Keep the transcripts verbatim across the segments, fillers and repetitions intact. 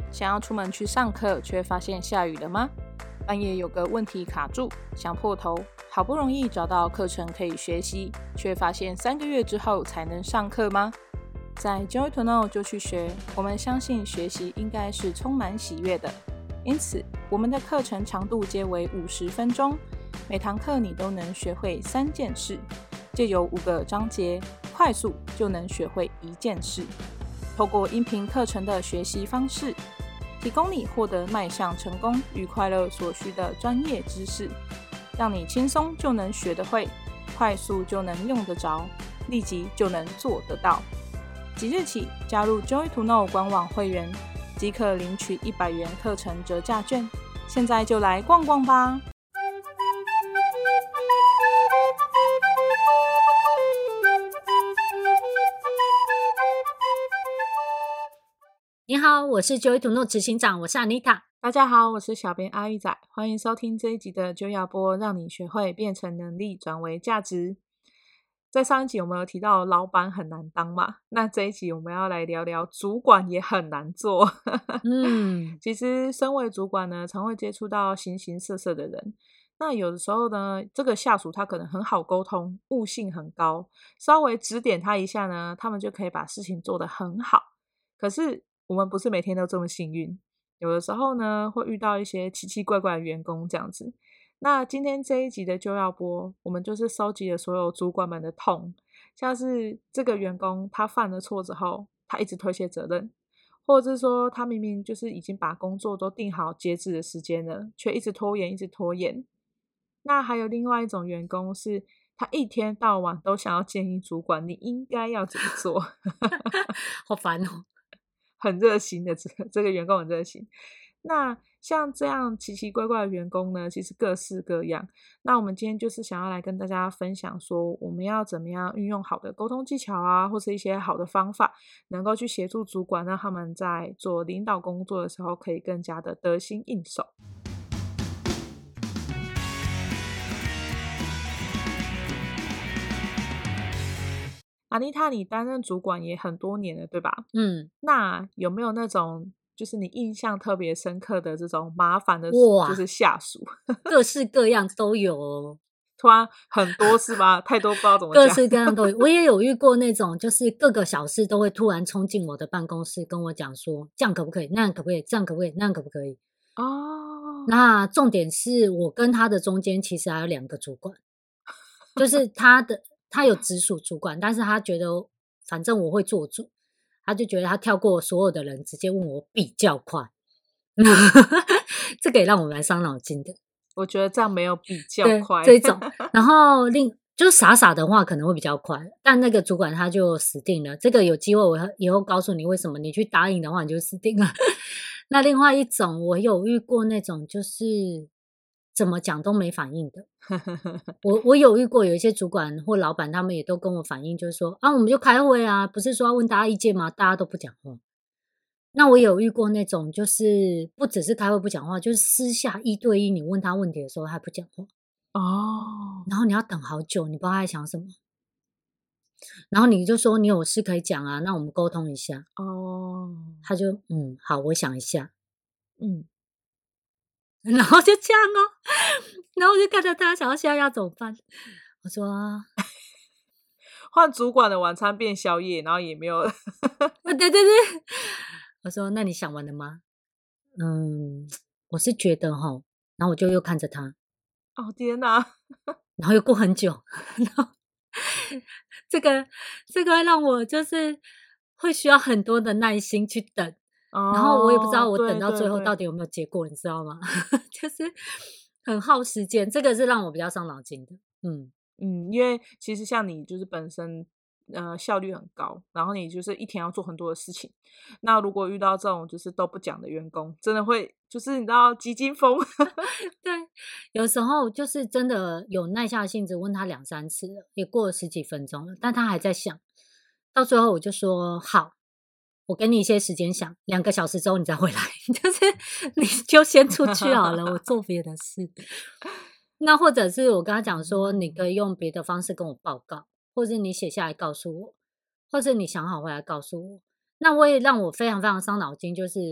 想要出门去上课，却发现下雨了吗？半夜有个问题卡住，想破头，好不容易找到课程可以学习，却发现三个月之后才能上课吗？在 Joy to Know 就去学，我们相信学习应该是充满喜悦的，因此我们的课程长度皆为五十分钟，每堂课你都能学会三件事，借由五个章节，快速就能学会一件事。透过音频课程的学习方式，提供你获得迈向成功与快乐所需的专业知识，让你轻松就能学得会，快速就能用得着，立即就能做得到。即日起加入 Joy to Know 官网会员，即可领取一百元课程折价券。现在就来逛逛吧！ 你好，我是 Joy to Know 执行长，我是 Anita。 大家好，我是小编阿玉仔，欢迎收听这一集的就要播，让你学会变成能力，转为价值。在上一集我们有提到老板很难当嘛，那这一集我们要来聊聊主管也很难做。嗯，其实身为主管呢，常会接触到形形色色的人。那有的时候呢，这个下属他可能很好沟通，悟性很高，稍微指点他一下呢，他们就可以把事情做得很好。可是我们不是每天都这么幸运，有的时候呢会遇到一些奇奇怪怪的员工这样子。那今天这一集的就要播，我们就是收集了所有主管们的痛，像是这个员工他犯了错之后，他一直推卸责任，或者是说他明明就是已经把工作都定好截止的时间了，却一直拖延一直拖延。那还有另外一种员工是他一天到晚都想要建议主管你应该要怎么做。 好烦哦， 很热心的，这个这个员工很热心。那像这样奇奇怪怪的员工呢，其实各式各样。那我们今天就是想要来跟大家分享说，我们要怎么样运用好的沟通技巧啊，或是一些好的方法，能够去协助主管，让他们在做领导工作的时候，可以更加的得心应手。阿妮塔，你担任主管也很多年了，对吧？ 嗯， 那有没有那种就是你印象特别深刻的这种麻烦的，就是下属？ 各式各样都有哦。 突然很多是吗？太多不知道怎么讲。 各式各样都有。我也有遇过那种，就是各个小事都会突然冲进我的办公室，跟我讲说，这样可不可以？那样可不可以？这样可不可以？那样可不可以？哦。那重点是我跟他的中间其实还有两个主管，就是他的。他有直属主管，但是他觉得反正我会做主，他就觉得他跳过所有的人，直接问我比较快。这个也让我蛮伤脑筋的。 我觉得这样没有比较快这种，然后另就是傻傻的话可能会比较快，但那个主管他就死定了。这个有机会我以后告诉你为什么，你去答应的话你就死定了。那另外一种我有遇过那种就是怎么讲都没反应的。我我有遇过有一些主管或老板，他们也都跟我反映，就是说啊，我们就开会啊，不是说要问大家意见吗？大家都不讲话。那我有遇过那种，就是不只是开会不讲话，就是私下一对一，你问他问题的时候他不讲话哦，然后你要等好久，你不知道他在想什么，然后你就说你有事可以讲啊，那我们沟通一下哦。他就嗯好，我想一下，嗯。然后就这样哦，然后我就看着他，想要现在要怎么办？我说换主管的晚餐变宵夜，然后也没有对对对，我说那你想完了吗？嗯，我是觉得齁，然后我就又看着他， 哦天哪， 然后又过很久，然后这个这个会让我就是会需要很多的耐心去等。 哦、 然后我也不知道我等到最后对对对到底有没有结果，你知道吗？就是很耗时间，这个是让我比较伤脑筋的。嗯嗯，因为其实像你就是本身呃效率很高，然后你就是一天要做很多的事情。那如果遇到这种就是都不讲的员工，真的会就是你知道急惊风。 对，有时候就是真的有耐下性子问他两三次了，也过了十几分钟了，但他还在想。到最后我就说好。我给你一些时间想，两个小时之后你再回来，就是你就先出去好了，我做别的事。那或者是我跟他讲说，你可以用别的方式跟我报告，或者你写下来告诉我，或者你想好回来告诉我。那我也让我非常非常伤脑筋，就是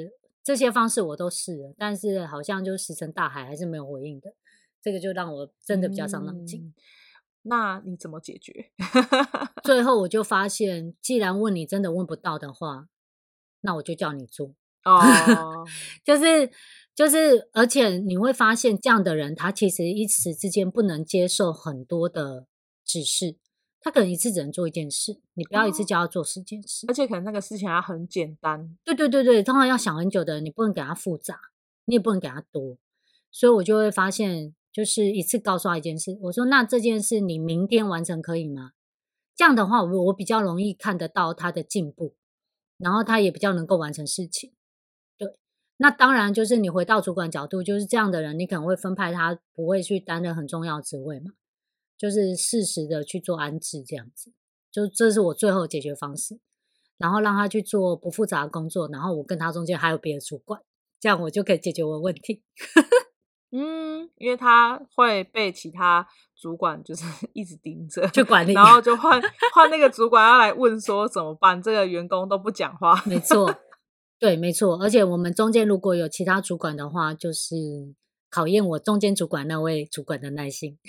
这些方式我都试了，但是好像就石沉大海，还是没有回应的。这个就让我真的比较伤脑筋。 嗯，那你怎么解决？ 最后我就发现，既然问你真的问不到的话，那我就叫你做。 哦， 就是就是，而且你会发现，这样的人他其实一时之间不能接受很多的指示，他可能一次只能做一件事，你不要一次叫他做十件事。 而且可能那个事情要很简单。 对对对对，通常要想很久的人，你不能给他复杂，你也不能给他多。所以我就会发现，就是一次告诉他一件事，我说那这件事你明天完成可以吗？这样的话，我我比较容易看得到他的进步，然后他也比较能够完成事情。对，那当然就是你回到主管角度，就是这样的人，你可能会分派他不会去担任很重要的职位嘛，就是适时的去做安置，这样子，就这是我最后的解决方式。然后让他去做不复杂的工作，然后我跟他中间还有别的主管，这样我就可以解决我的问题。 嗯，因为他会被其他主管就是一直盯着去管理， 然后就换换那个主管要来问说怎么办，这个员工都不讲话。 没错，对，没错。而且我们中间如果有其他主管的话，就是考验我中间主管那位主管的耐心。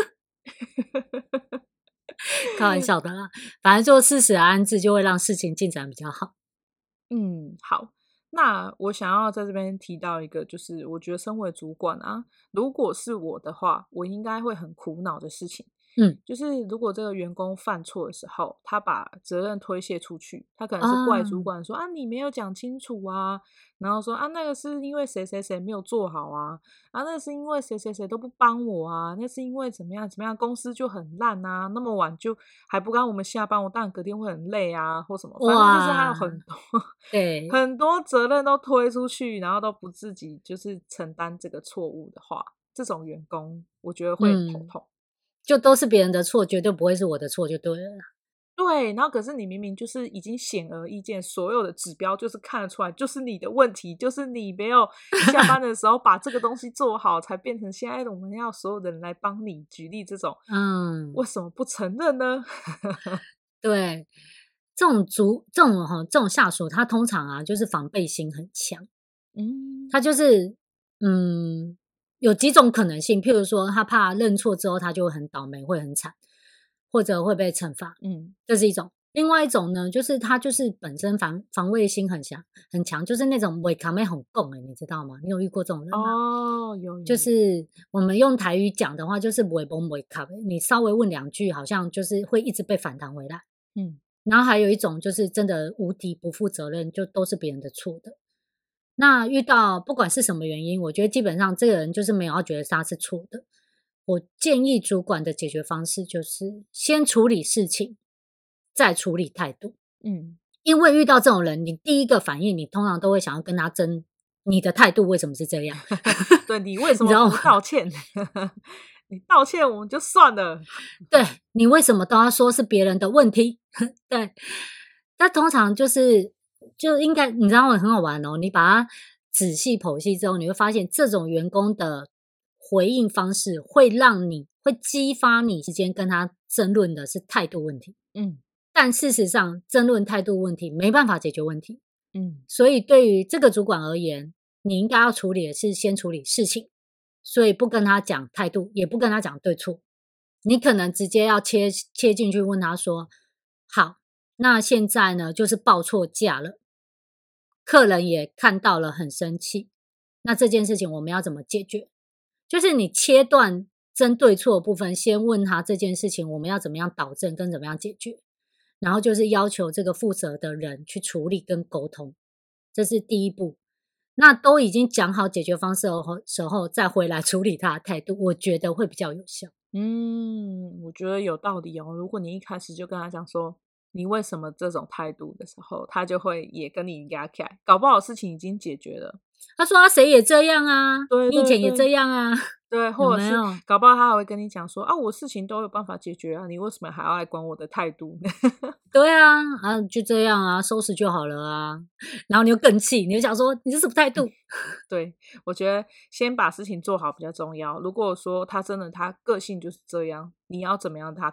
开玩笑的啦，反正做适时的安置就会让事情进展比较好。 嗯，好。那我想要在这边提到一个，就是我觉得身为主管啊，如果是我的话，我应该会很苦恼的事情。 嗯， 就是如果这个员工犯错的时候，他把责任推卸出去，他可能是怪主啊， 管说啊你没有讲清楚啊，然后说啊那个是因为谁谁谁没有做好啊，啊那个是因为谁谁谁都不帮我啊，那是因为怎么样怎么样，公司就很烂啊，那么晚就还不赶我们下班，我当然隔天会很累啊，或什么，反正就是他有很多对， 很多责任都推出去，然后都不自己就是承担这个错误的话，这种员工我觉得会很头嗯， 痛。 就都是别人的错，绝对不会是我的错就对了。 对，然后可是你明明就是已经显而易见，所有的指标就是看得出来，就是你的问题，就是你没有下班的时候把这个东西做好，才变成现在我们要所有的人来帮你。举例这种， 嗯， 为什么不承认呢？ 对，这种主这种哈这种下属，他通常啊就是防备心很强， 嗯他就是嗯有几种可能性，譬如说他怕认错之后他就会很倒霉，会很惨，或者会被惩罚， 嗯， 这是一种。另外一种呢，就是他就是本身防防卫心很强很强，就是那种伪卡妹很共哎，你知道吗？你有遇过这种人吗？ 哦，有有就有， 是我们用台语讲的话，就是伪崩伪卡，你稍微问两句，好像就是会一直被反弹回来。 嗯然后还有一种就是真的无敌不负责任，就都是别人的错的。那遇到不管是什么原因，我觉得基本上这个人就是没有要觉得他是错的。我建议主管的解决方式就是先处理事情，再处理态度。 嗯， 因为遇到这种人，你第一个反应，你通常都会想要跟他争你的态度为什么是这样， 对你为什么不你知道吗？ 道歉？你道歉我们就算了。 对，你为什么都要说是别人的问题？对，但通常就是就应该你知道吗？很好玩哦。你把它仔细剖析之后，你会发现这种员工的回应方式会让你会激发你之间跟他争论的是态度问题。 嗯但事实上，争论态度问题没办法解决问题。 嗯所以对于这个主管而言，你应该要处理的是先处理事情，所以不跟他讲态度，也不跟他讲对错，你可能直接要切切进去问他说：好，那现在呢就是报错价了，客人也看到了很生气，那这件事情我们要怎么解决？就是你切断争对错的部分，先问他这件事情我们要怎么样导正跟怎么样解决，然后就是要求这个负责的人去处理跟沟通，这是第一步。那都已经讲好解决方式的时候，再回来处理他的态度，我觉得会比较有效。 嗯，我觉得有道理哦。如果你一开始就跟他讲说你为什么这种态度的时候，他就会也跟你压起来，搞不好事情已经解决了。 他说：“啊，谁也这样啊， 对你以前也对对这样啊， 对， 有或者是没有？ 搞不好他还会跟你讲说啊，我事情都有办法解决啊，你为什么还要来管我的态度呢？ 对啊，啊，就这样啊，收拾就好了啊。”然后你又更气，你就想说：“你这什么态度对，我觉得先把事情做好比较重要。如果说他真的他个性就是这样，你要怎么样他改，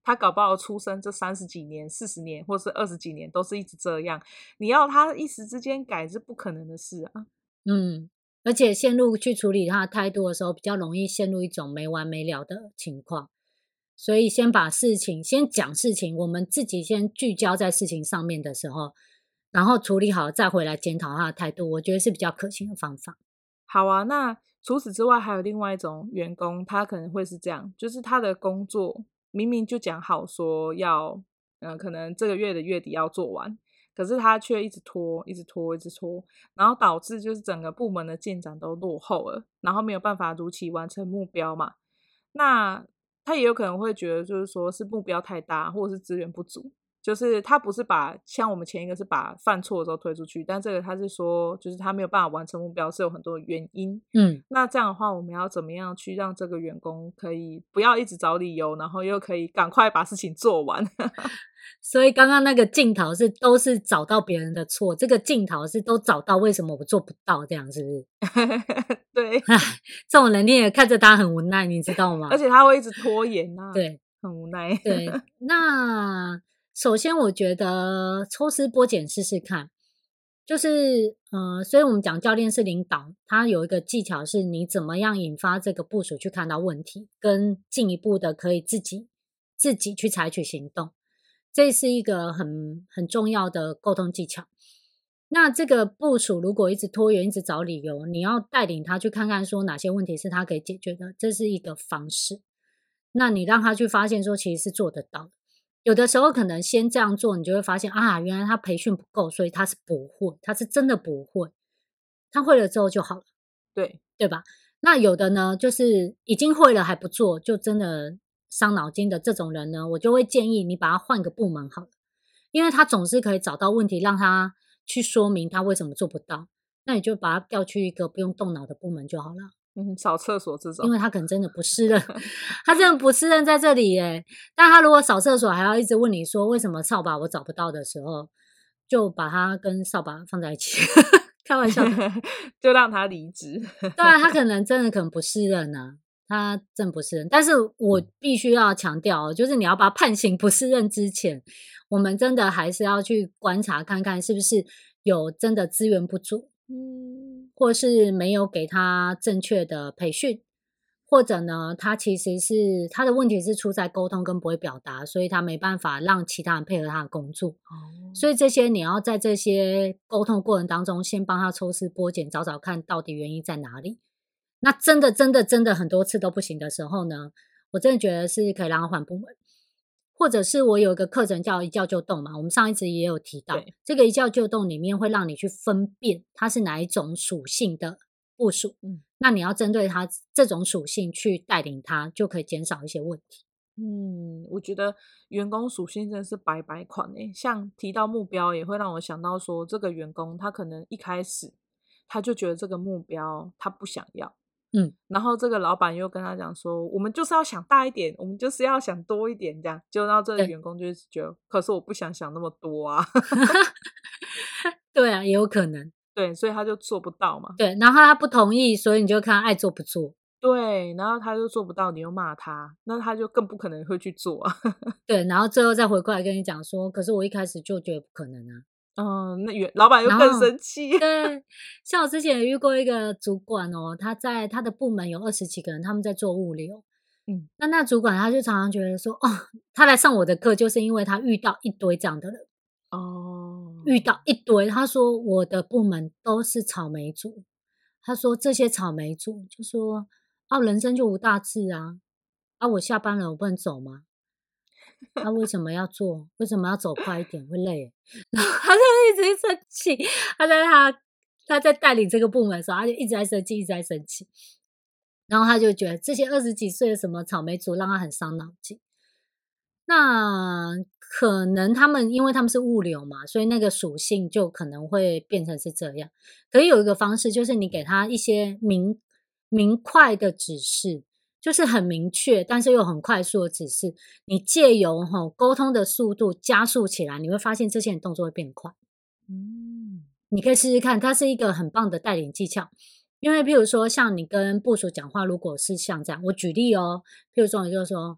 他搞不好出生这三十几年、四十年或是二十几年都是一直这样，你要他一时之间改是不可能的事啊。 嗯，而且陷入去处理他的态度的时候，比较容易陷入一种没完没了的情况。所以先把事情先讲事情，我们自己先聚焦在事情上面的时候，然后处理好再回来检讨他的态度，我觉得是比较可行的方法。 好啊，那除此之外还有另外一种员工，他可能会是这样，就是他的工作明明就讲好说要呃，可能这个月的月底要做完，可是他却一直拖一直拖一直拖，然后导致就是整个部门的进展都落后了，然后没有办法如期完成目标嘛。那他也有可能会觉得就是说是目标太大，或者是资源不足，就是他不是把像我们前一个是把犯错的时候推出去，但这个他是说就是他没有办法完成目标是有很多的原因。 嗯， 那这样的话我们要怎么样去让这个员工可以不要一直找理由，然后又可以赶快把事情做完。 所以刚刚那个镜头是都是找到别人的错，这个镜头是都找到为什么我做不到，这样是不是？ 对， 唉，这种人你也看着他很无奈，你知道吗？ 而且他会一直拖延啊， 对， 很无奈。 对，那首先我觉得抽丝剥茧试试看，就是呃，所以我们讲教练是领导，他有一个技巧是你怎么样引发这个部属去看到问题，跟进一步的可以自己自己去采取行动，这是一个很很重要的沟通技巧。那这个部属如果一直拖延，一直找理由，你要带领他去看看说哪些问题是他可以解决的，这是一个方式。那你让他去发现说其实是做得到的。有的时候可能先这样做，你就会发现啊，原来他培训不够，所以他是不会，他是真的不会，他会了之后就好了， 对， 对吧？那有的呢，就是已经会了还不做，就真的伤脑筋的这种人呢，我就会建议你把他换个部门好了，因为他总是可以找到问题，让他去说明他为什么做不到，那你就把他调去一个不用动脑的部门就好了。 嗯，扫厕所这种， 因为他可能真的不适任，他真的不适任在这里耶。但他如果扫厕所还要一直问你说为什么扫把我找不到的时候，就把他跟扫把放在一起，开玩笑的。 就让他离职。 对啊，他可能真的可能不适任啊，他真不适任。但是我必须要强调哦，就是你要把他判刑不适任之前，我们真的还是要去观察看看是不是有真的资源不足。 嗯， 或是没有给他正确的培训，或者呢，他其实是他的问题是出在沟通跟不会表达，所以他没办法让其他人配合他的工作。 哦， 所以这些你要在这些沟通过程当中，先帮他抽丝剥茧，找找看到底原因在哪里。那真的真的真的很多次都不行的时候呢，我真的觉得是可以让他换部门。或者是我有一个课程叫一觉就动嘛，我们上一次也有提到，这个一觉就动里面会让你去分辨它是哪一种属性的部属，嗯，那你要针对它这种属性去带领它，就可以减少一些问题。 嗯，我觉得员工属性真的是百百款诶，像提到目标也会让我想到说，这个员工他可能一开始他就觉得这个目标他不想要， 嗯， 然后这个老板又跟他讲说，我们就是要想大一点，我们就是要想多一点，这样，就让这个员工就是觉得，可是我不想想那么多啊。 对啊，也有可能。 对，所以他就做不到嘛。 对，然后他不同意，所以你就看他爱做不做。 对，然后他就做不到，你又骂他，那他就更不可能会去做啊。 对，然后最后再回过来跟你讲说，可是我一开始就觉得不可能啊。 嗯，那原老板又更生气。 对，像我之前也遇过一个主管哦，他在他的部门有二十几个人，他们在做物流。嗯，那那主管他就常常觉得说，哦，他来上我的课就是因为他遇到一堆这样的人。哦，遇到一堆，他说我的部门都是草莓族，他说这些草莓族就说，啊，人生就无大志啊，啊，我下班了我不能走吗？他、啊、为什么要做？为什么要走快一点？会累。然后他就一直生气，他在他他在带领这个部门的时候，他就一直在生气，一直在生气。然后他就觉得这些二十几岁的什么草莓族让他很伤脑筋。那可能他们因为他们是物流嘛，所以那个属性就可能会变成是这样。可是有一个方式，就是你给他一些明明快的指示。就是很明确，但是又很快速的指示，你借由齁沟通的速度加速起来，你会发现这些人动作会变快。嗯，你可以试试看，它是一个很棒的带领技巧。因为譬如说，像你跟部属讲话，如果是像这样，我举例哦，譬如说你就说，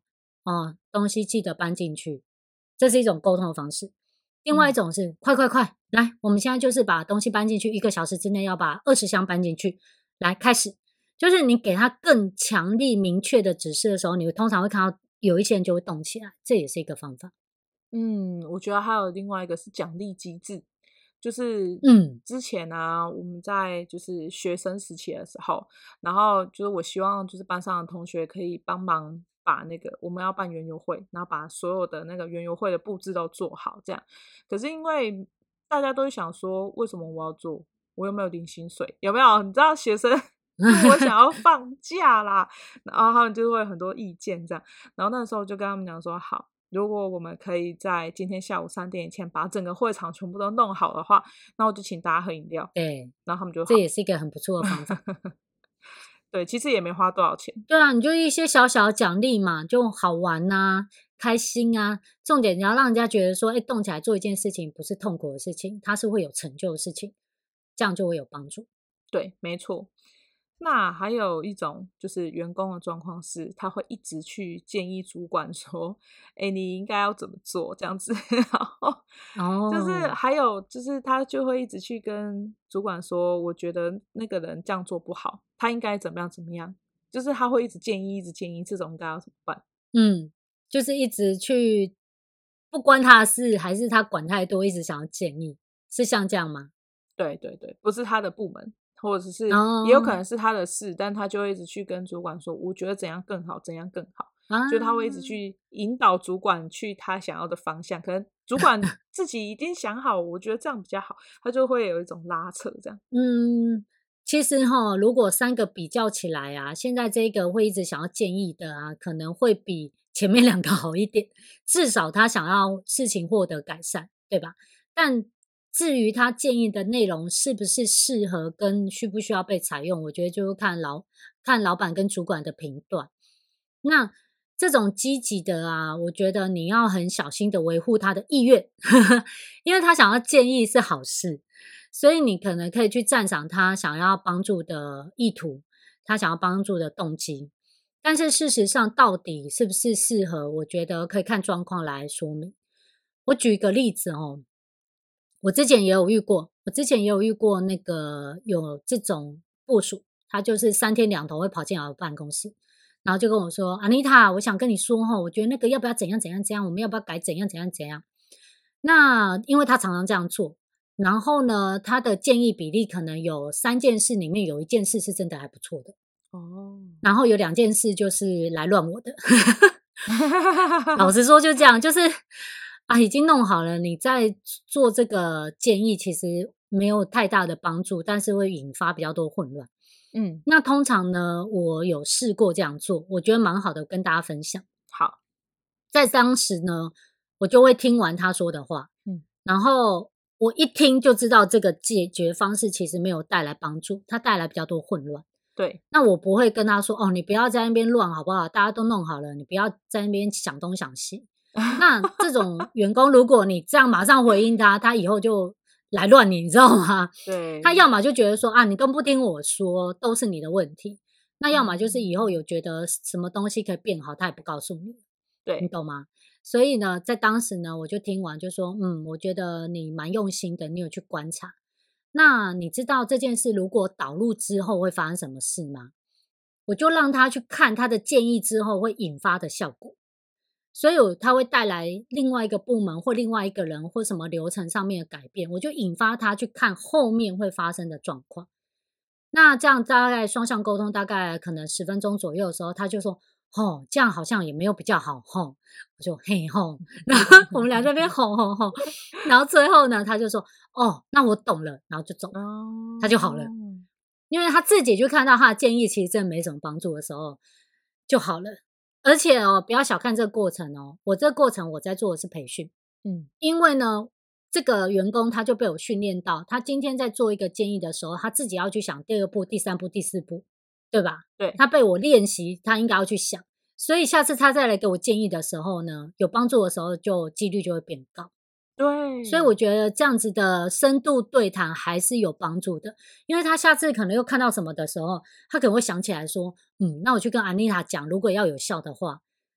哦，东西记得搬进去，这是一种沟通的方式。另外一种是、嗯、快快快来，我们现在就是把东西搬进去，一个小时之内要把二十箱搬进去，来开始。就是你给他更强力明确的指示的时候，你通常会看到有一些人就会动起来，这也是一个方法。 嗯，我觉得还有另外一个是奖励机制，就是嗯， 之前啊，我们在就是学生时期的时候，然后就是我希望就是班上的同学可以帮忙把那个我们要办园游会，然后把所有的那个园游会的布置都做好，这样。可是因为大家都会想说，为什么我要做？我又没有领薪水，有没有？你知道学生就我想要放假啦，然后他们就会有很多意见这样。然后那时候就跟他们讲说，好，如果我们可以在今天下午三点以前把整个会场全部都弄好的话，那我就请大家喝饮料。 对， 然后他们就好， 这也是一个很不错的方法。 对，其实也没花多少钱。 对啊，你就一些小小的奖励嘛，就好玩啊，开心啊。重点你要让人家觉得说，哎，动起来做一件事情不是痛苦的事情，它是会有成就的事情，这样就会有帮助。 对，没错。那还有一种就是员工的状况是，他会一直去建议主管说：“哎，你应该要怎么做？”这样子，然后就是哦， 还有就是他就会一直去跟主管说：“我觉得那个人这样做不好，他应该怎么样怎么样。”就是他会一直建议，一直建议，这种应该要怎么办？ 嗯，就是一直去不关他的事，还是他管太多，一直想要建议，是像这样吗？ 对对对，不是他的部门，或者是也有可哦， 能是他的事，但他就会一直去跟主管说：“我觉得怎样更好，怎样更好。”就他会一直啊。 去引导主管去他想要的方向，可能主管自己已经想好，我觉得这样比较好，他就会有一种拉扯这样。 嗯，其实哈，如果三个比较起来啊，现在这个会一直想要建议的啊，可能会比前面两个好一点，至少他想要事情获得改善，对吧？但至于他建议的内容是不是适合跟需不需要被采用，我觉得就是看老看老板跟主管的评断。那这种积极的啊，我觉得你要很小心的维护他的意愿，因为他想要建议是好事，所以你可能可以去赞赏他想要帮助的意图，他想要帮助的动机。但是事实上，到底是不是适合，我觉得可以看状况来说明。我举一个例子哦，我之前也有遇过，我之前也有遇过那个有这种部属，他就是三天两头会跑进来我办公室，然后就跟我说：“安妮塔，我想跟你说哈，我觉得那个要不要怎样怎样怎样，我们要不要改怎样怎样怎样？”那因为他常常这样做，然后呢，他的建议比例可能有三件事里面有一件事是真的还不错的， 哦， 然后有两件事就是来乱我的。老实说就这样，就是啊，已经弄好了，你在做这个建议其实没有太大的帮助，但是会引发比较多混乱。 嗯， 那通常呢，我有试过这样做，我觉得蛮好的，跟大家分享。 好， 在当时呢，我就会听完他说的话， 嗯， 然后我一听就知道这个解决方式其实没有带来帮助，它带来比较多混乱。 对， 那我不会跟他说：“哦，你不要在那边乱好不好？大家都弄好了，你不要在那边想东想西。”那这种员工，如果你这样马上回应他，他以后就来乱你，你知道吗？ 对， 他要么就觉得说啊，你都不听我说，都是你的问题；那要么就是以后有觉得什么东西可以变好，他也不告诉你，你对， 懂吗？所以呢，在当时呢，我就听完就说，嗯，我觉得你蛮用心的，你有去观察。那你知道这件事如果导入之后会发生什么事吗？我就让他去看他的建议之后会引发的效果。所以有他会带来另外一个部门或另外一个人或什么流程上面的改变，我就引发他去看后面会发生的状况。那这样大概双向沟通，大概可能十分钟左右的时候，他就说：“哦，这样好像也没有比较好。”吼，我就嘿吼，然后我们俩在那边吼吼吼，然后最后呢，他就说：“哦，那我懂了。”然后就走了， 哦， 他就好了。因为他自己就看到他的建议其实真的没什么帮助的时候，就好了。而且哦，不要小看这个过程哦，我这个过程我在做的是培训， 嗯， 因为呢，这个员工他就被我训练到，他今天在做一个建议的时候，他自己要去想第二步、第三步、第四步，对吧？ 对， 他被我练习，他应该要去想，所以下次他再来给我建议的时候呢，有帮助的时候，就几率就会变高。 对， 所以我觉得这样子的深度对谈还是有帮助的，因为他下次可能又看到什么的时候，他可能会想起来说，嗯，那我去跟安妮塔讲，如果要有效的话，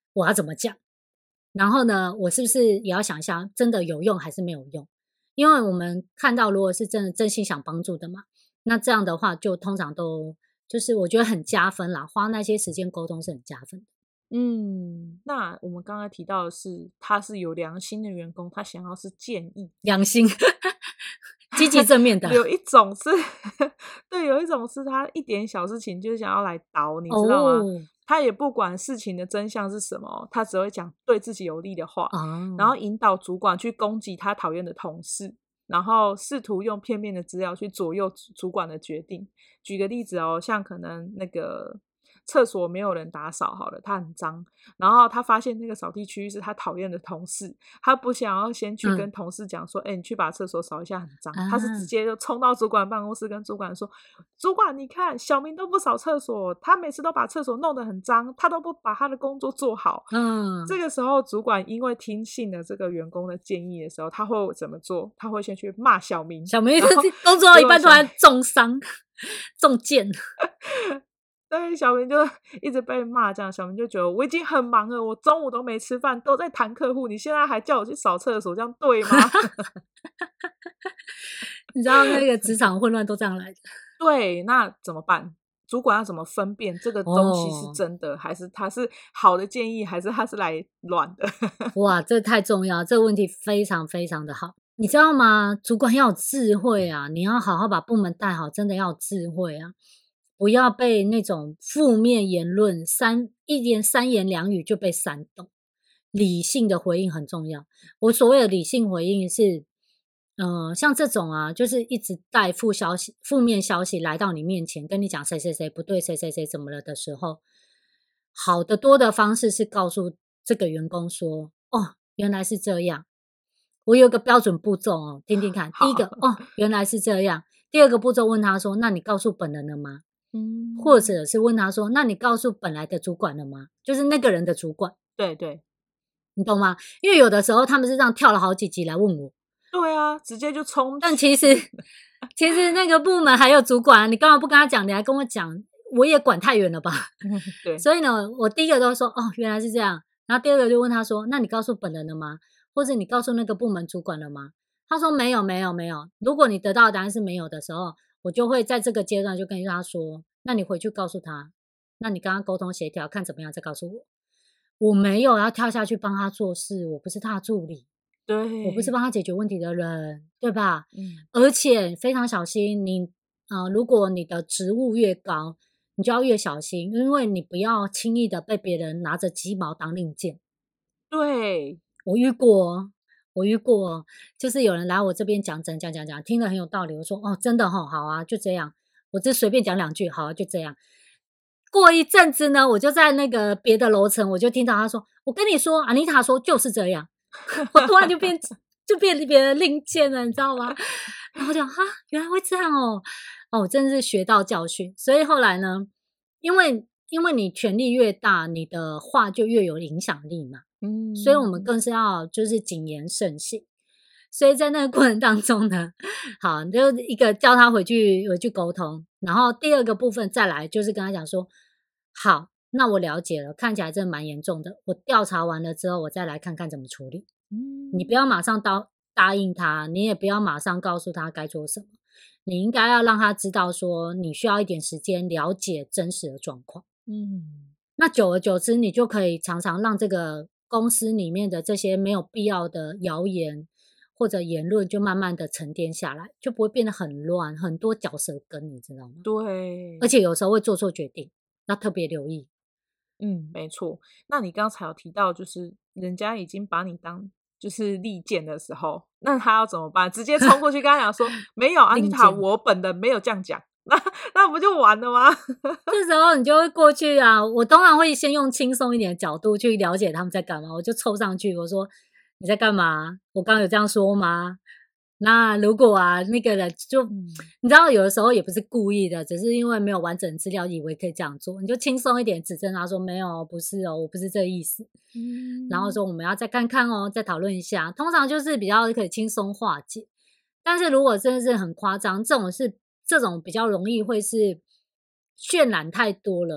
我要怎么讲？然后呢，我是不是也要想一下，真的有用还是没有用？因为我们看到，如果是真的真心想帮助的嘛，那这样的话就通常都就是我觉得很加分啦，花那些时间沟通是很加分的。 嗯，那我们刚才提到的是，他是有良心的员工，他想要是建议， 良心，积极正面的。 有一种是，对，有一种是他一点小事情就是想要来捣，你知道吗？ 哦， 他也不管事情的真相是什么，他只会讲对自己有利的话，然哦， 后引导主管去攻击他讨厌的同事，然后试图用片面的资料去左右主主管的决定。举个例子哦，像可能那个厕所没有人打扫好了，他很脏，然后他发现那个扫地区域是他讨厌的同事，他不想要先去跟嗯同事讲说，哎、你去把厕所扫一下，很脏。他是直啊， 接就冲到主管办公室跟主管说，主管你看小明都不扫厕所，他每次都把厕所弄得很脏，他都不把他的工作做好。这嗯， 个时候主管因为听信了这个员工的建议的时候，他会怎么做？他会先去骂小明， 小明然后工作到一半突结果小然重伤、中箭， 对，小明就一直被骂，这样小明就觉得我已经很忙了，我中午都没吃饭，都在谈客户，你现在还叫我去扫厕所，这样对吗？ 你知道那个职场混乱都这样来的。 对，那怎么办？主管要怎么分辨这个东西是哦， 真的，还是他是好的建议，还是他是来乱的？ 哇，这太重要，这个问题非常非常的好。你知道吗？主管要有智慧啊，你要好好把部门带好，真的要有智慧啊，不要被那种负面言论三一言三言两语就被煽动。理性的回应很重要。我所谓的理性回应是，呃，像这种啊，就是一直带负消息、负面消息来到你面前，跟你讲谁谁谁不对，谁谁谁怎么了的时候，好得多的方式是告诉这个员工说：“哦，原来是这样。”我有个标准步骤哦，听听看。第一个， 好， 哦，原来是这样。第二个步骤问他说：“那你告诉本人了吗？”或嗯， 者是问他说：“那你告诉本来的主管了吗？”就是那个人的主管， 对对你懂吗？因为有的时候他们是这样跳了好几集来问我， 对啊，直接就冲去， 但其实其实那个部门还有主管啊，你干嘛不跟他讲？你还跟我讲，我也管太远了吧？ 对， 所以呢，我第一个都说：“哦，原来是这样。”然后第二个就问他说：“那你告诉本人了吗？或者你告诉那个部门主管了吗？”他说：“没有，没有，没有。”如果你得到的答案是没有的时候，我就会在这个阶段就跟他说：“那你回去告诉他，那你跟他沟通协调，看怎么样再告诉我。我没有要跳下去帮他做事，我不是他的助理，我不是对， 帮他解决问题的人，对吧？ 嗯， 而且非常小心，你啊、呃如果你的职务越高，你就要越小心，因为你不要轻易的被别人拿着鸡毛当令箭。 对， 我遇过哦，我遇过哦，就是有人来我这边讲讲讲讲讲，听得很有道理。我说哦，真的哈、哦，好啊，就这样。我就随便讲两句，好啊，就这样。过一阵子呢，我就在那个别的楼层，我就听到他说：“我跟你说，安妮塔说就是这样。”我突然就变就变别人令箭了，你知道吗？然后就哈，原来会这样哦，哦，真的是学到教训。所以后来呢，因为因为你权力越大，你的话就越有影响力嘛。所以我们嗯， 更是要就是谨言慎行。所以在那个过程当中呢，好，就一个叫他回去回去沟通，然后第二个部分再来就是跟他讲说，好，那我了解了，看起来真的蛮严重的，我调查完了之后，我再来看看怎么处理。你不嗯， 要马上答答应他，你也不要马上告诉他该做什么，你应该要让他知道说，你需要一点时间了解真实的状况。 嗯， 那久而久之，你就可以常常让这个公司里面的这些没有必要的谣言或者言论，就慢慢的沉淀下来，就不会变得很乱，很多嚼舌根，你知道吗？而对。 且有时候会做错决定，要特别留意。 嗯，没错。那你刚才有提到，就是人家已经把你当就是利剑的时候，那他要怎么办？直接冲过去跟他讲说：“没有，安妮塔， 令箭， 我本人没有这样讲。”那那不就完了吗？ 这时候你就会过去啊。我通常会先用轻松一点的角度去了解他们在干嘛，我就凑上去，我说：“你在干嘛？我刚刚有这样说吗？”那如果啊，那个人就嗯你知道，有的时候也不是故意的，只是因为没有完整资料，以为可以这样做，你就轻松一点指正他说：“没有，不是哦，我不是这意思。”然后嗯， 说：“我们要再看看哦，再讨论一下。”通常就是比较可以轻松化解。但是如果真的是很夸张，这种是这种比较容易会是渲染太多了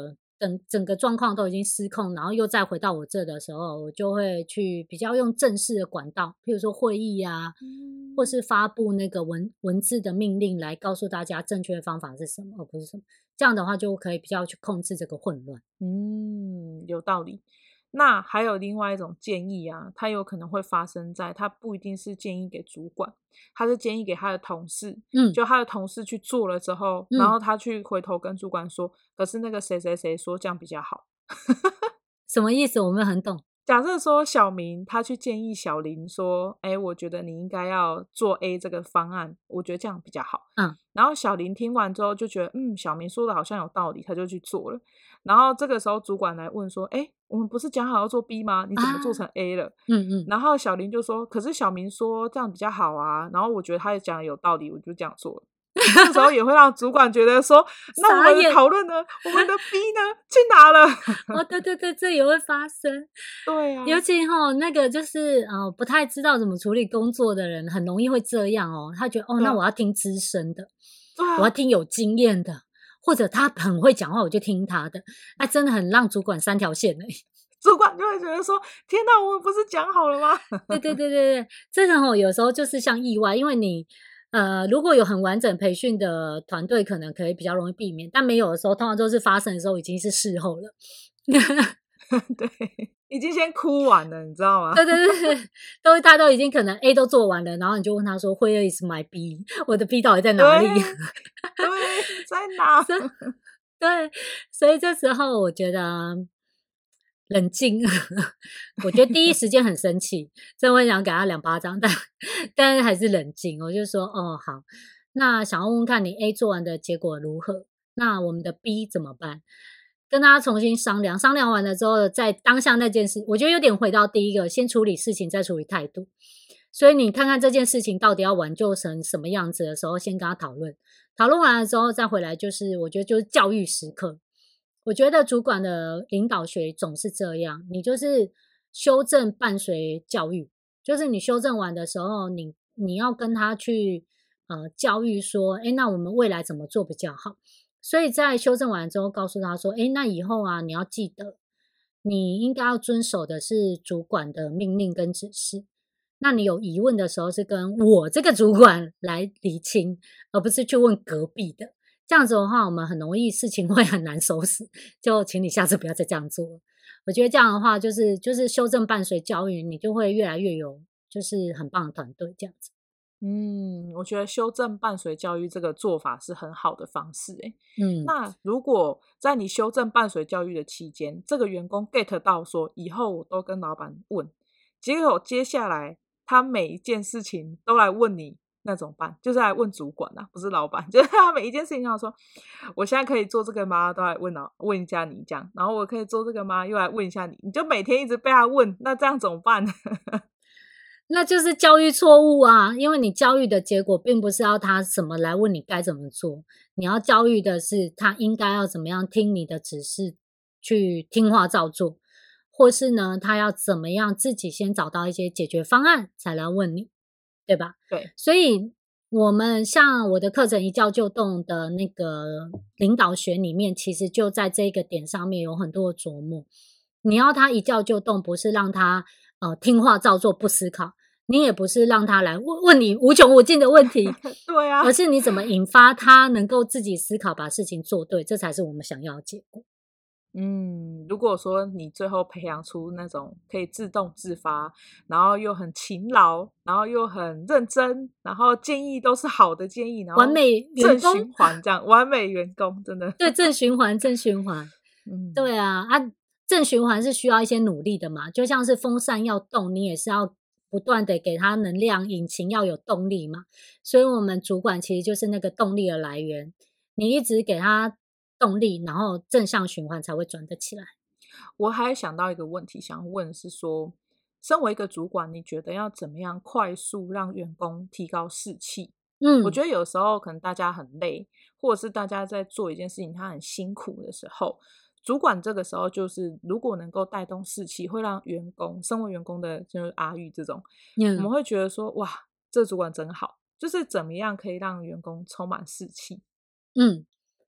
等整个状况都已经失控，然后又再回到我这的时候，我就会去比较用正式的管道，譬如说会议啊， 嗯或是发布那个文文字的命令来告诉大家正确的方法是什么，而不是什么。这样的话就可以比较去控制这个混乱。 嗯，有道理。那还有另外一种建议啊，它有可能会发生在，它不一定是建议给主管，他是建议给他的同事。 嗯就他的同事去做了之后， 嗯然后他去回头跟主管说，可是那个谁谁谁说这样比较好。 什么意思？我没有很懂。 假设说小明他去建议小林说，哎，我觉得你应该要做 A 这个方案，我觉得这样比较好。 嗯， 然后小林听完之后就觉得，嗯，小明说的好像有道理，他就去做了。然后这个时候主管来问说，哎，我们不是讲好要做 B 吗？你怎么做成 A 了？ 嗯嗯， 然后小林就说，可是小明说这样比较好啊，然后我觉得他也讲的有道理，我就这样做了。这个时候也会让主管觉得说，那我们的傻眼讨论呢，我们的 B 呢去哪了？ 哦，对对对，这也会发生。 对啊， 尤其哈、那个就是呃不太知道怎么处理工作的人，很容易会这样哦。他觉得哦， 对啊那我要听资深的， 对我要啊， 听有经验的，或者他很会讲话，我就听他的。那真的很让主管三条线呢。 主管就会觉得说，天哪，我们不是讲好了吗？ 对对对对对，这个哦有时候就是像意外，因为你呃如果有很完整培训的团队，可能可以比较容易避免，但没有的时候，通常都是发生的时候已经是事后了。 对，已经先哭完了，你知道吗？ 对对对对，都他都已经可能 A 都做完了，然后你就问他说 Where is my B？ 我的 B 到底在哪里？ 对，对，在哪？ 这对，所以这时候我觉得冷静，我觉得第一时间很生气，真的会想给他两巴掌，但但是还是冷静。我就说哦好，那想要问问看你 A 做完的结果如何？那我们的 B 怎么办？跟大家重新商量，商量完了之后，在当下那件事，我觉得有点回到第一个，先处理事情，再处理态度。所以你看看这件事情到底要挽救成什么样子的时候，先跟他讨论，讨论完了之后再回来，就是我觉得就是教育时刻。我觉得主管的领导学总是这样，你就是修正伴随教育，就是你修正完的时候，你你要跟他去呃教育说，诶，那我们未来怎么做比较好？所以在修正完之后，告诉他说，诶，那以后啊，你要记得，你应该要遵守的是主管的命令跟指示。那你有疑问的时候，是跟我这个主管来厘清，而不是去问隔壁的。这样子的话，我们很容易事情会很难收拾，就请你下次不要再这样做了。我觉得这样的话，就是就是修正伴随教育，你就会越来越有就是很棒的团队这样子。 嗯，我觉得修正伴随教育这个做法是很好的方式诶。 嗯， 那如果在你修正伴随教育的期间，这个员工 get 到说以后我都跟老板问，结果接下来他每一件事情都来问你，那怎么办？就是来问主管啊，不是老板，就是他每一件事情都说，我现在可以做这个吗？都来问啊，问一下你这样，然后我可以做这个吗？又来问一下你，你就每天一直被他问，那这样怎么办？ 那就是教育错误啊，因为你教育的结果并不是要他什么来问你该怎么做，你要教育的是他应该要怎么样听你的指示去听话照做，或是呢，他要怎么样自己先找到一些解决方案才来问你，对吧？ 对， 所以我们像我的课程一教就动的那个领导学里面，其实就在这个点上面有很多的琢磨。你要他一教就动，不是让他呃听话照做不思考，你也不是让他来问问你无穷无尽的问题， 对啊， 而是你怎么引发他能够自己思考，把事情做对，这才是我们想要的结果。 嗯，如果说你最后培养出那种可以自动自发，然后又很勤劳，然后又很认真，然后建议都是好的建议，然后完美员正工循环这样，完美员工真的， 对，正循环，正循环。 嗯， 对啊，啊，正循环是需要一些努力的嘛，就像是风扇要动，你也是要不断的给它能量，引擎要有动力嘛。所以我们主管其实就是那个动力的来源，你一直给它动力，然后正向循环才会转得起来。 我还想到一个问题想问是说，身为一个主管，你觉得要怎么样快速让员工提高士气？ 嗯， 我觉得有时候可能大家很累，或者是大家在做一件事情他很辛苦的时候，主管这个时候就是如果能够带动士气，会让员工身为员工的就是阿玉这种， 嗯我们会觉得说哇，这主管真好，就是怎么样可以让员工充满士气？ 嗯，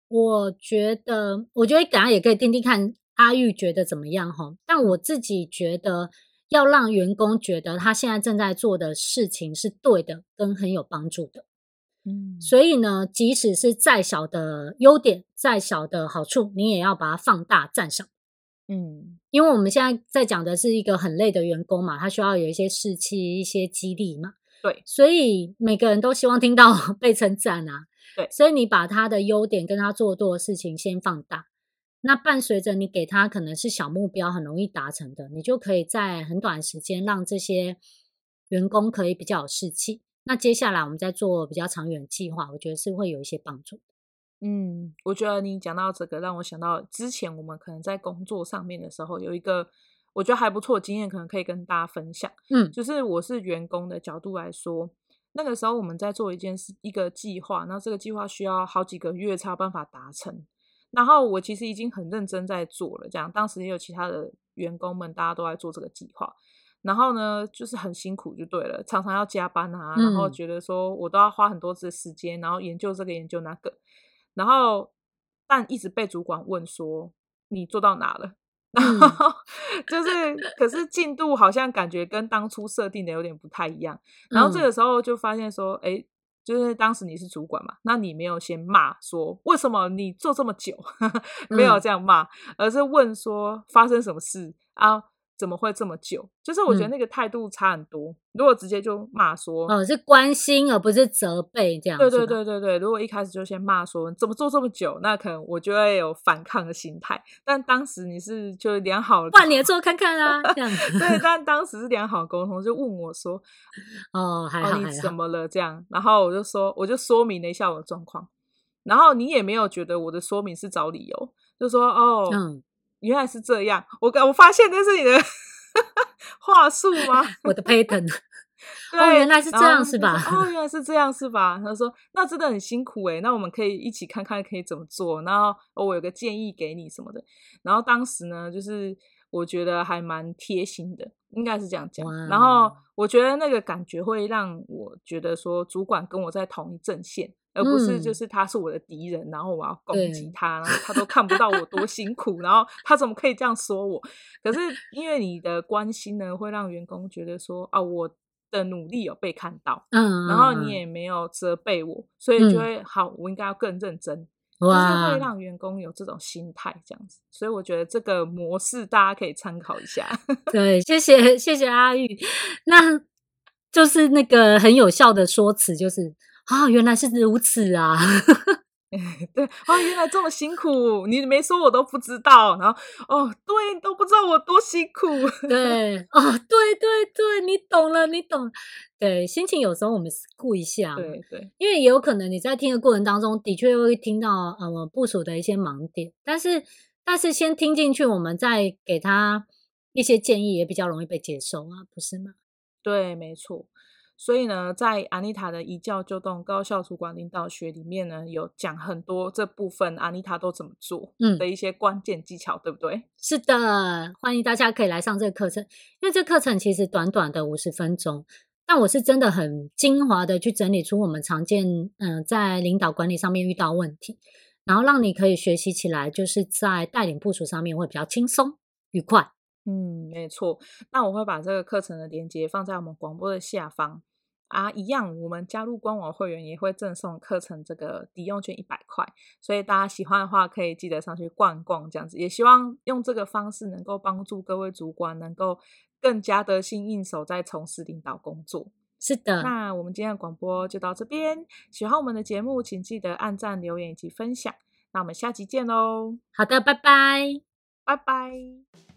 我觉得，我觉得等一下也可以听听看阿玉觉得怎么样齁。但我自己觉得，要让员工觉得他现在正在做的事情是对的，跟很有帮助的。 嗯， 所以呢，即使是再小的优点，再小的好处，你也要把它放大赞赏。 嗯， 因为我们现在在讲的是一个很累的员工嘛，他需要有一些士气、一些激励嘛。 对所以每个人都希望听到被称赞啊。 对， 所以你把他的优点跟他做多的事情先放大，那伴随着你给他可能是小目标，很容易达成的，你就可以在很短时间让这些员工可以比较有士气。那接下来我们再做比较长远的计划，我觉得是会有一些帮助。 嗯，我觉得你讲到这个，让我想到之前我们可能在工作上面的时候，有一个我觉得还不错的经验，可能可以跟大家分享。 嗯就是我是员工的角度来说，那个时候我们在做一件事，一个计划，那这个计划需要好几个月才有办法达成。然后我其实已经很认真在做了，这样当时也有其他的员工们，大家都在做这个计划。然后呢，就是很辛苦就对了，常常要加班啊，然后嗯觉得说我都要花很多的时间，然后研究这个研究那个。然后但一直被主管问说你做到哪了？然嗯后就是可是进度好像感觉跟当初设定的有点不太一样。然后这嗯个时候就发现说，哎，就是当时你是主管嘛，那你没有先骂说为什么你做这么久，没有嗯这样骂，而是问说发生什么事啊？怎么会这么久？就是我觉得嗯， 那个态度差很多。如果直接就骂说， 哦，是关心而不是责备，这样对对是吧？ 对对对，如果一开始就先骂说怎么做这么久，那可能我就会有反抗的心态。但当时你是就良好的沟， 不然你也做看看啊，这样。 对，但当时是良好的沟通，就问我说： 哦，还 “哦， 好还好。 你怎么了？”这样，然后我就说，我就说明了一下我的状况，然后你也没有觉得我的说明是找理由，就说：“哦， 嗯， 原来是这样。”我我发现那是你的话术吗？ 我的 pattern。哦， 对， 原来是这然后样是吧？ 就说哦，原来是这样是吧？他说那真的很辛苦诶，那我们可以一起看看可以怎么做，然后、哦、我有个建议给你什么的。然后当时呢，就是我觉得还蛮贴心的，应该是这样讲。 哇， 然后我觉得那个感觉会让我觉得说，主管跟我在同一阵线，而不是就嗯， 是他是我的敌人，然后我要攻击对， 他，然后他都看不到我多辛苦，然后他怎么可以这样说我？可是因为你的关心呢，会让员工觉得说啊，我的努力有被看到， 嗯然后你嗯也没有责备我，所以就嗯， 会好，我应该要更认真， 嗯， 就是会哇， 让员工有这种心态这样子。所以我觉得这个模式大家可以参考一下。 对，谢谢谢谢阿玉。那就是那个很有效的说辞，就是啊，原来是如此啊。 对，哦，原来这么辛苦，你没说我都不知道。然后，哦，对，你都不知道我多辛苦。 对，哦，对对对，你懂了，你懂了。对，心情有时候我们是顾一下嘛， 对对， 因为也有可能你在听的过程当中，的确会听到呃部署的一些盲点，但是但是先听进去，我们再给他一些建议，也比较容易被接受啊，不是吗？ 对，没错。所以呢，在安妮塔的一教就动高效主管领导学里面呢，有讲很多这部分安妮塔都怎么做嗯， 的一些关键技巧，对不对？ 是的，欢迎大家可以来上这个课程，因为这课程其实短短的五十分钟，但我是真的很精华的去整理出我们常见嗯、呃在领导管理上面遇到问题，然后让你可以学习起来，就是在带领部署上面会比较轻松愉快。 嗯，没错。那我会把这个课程的链接放在我们广播的下方啊，一样，我们加入官网会员也会赠送课程这个抵用券一百块，所以大家喜欢的话可以记得上去逛逛，这样子也希望用这个方式能够帮助各位主管能够更加得心应手在从事领导工作。 是的， 那我们今天的广播就到这边，喜欢我们的节目，请记得按赞、留言以及分享。那我们下集见喽， 好的，拜拜。 拜拜。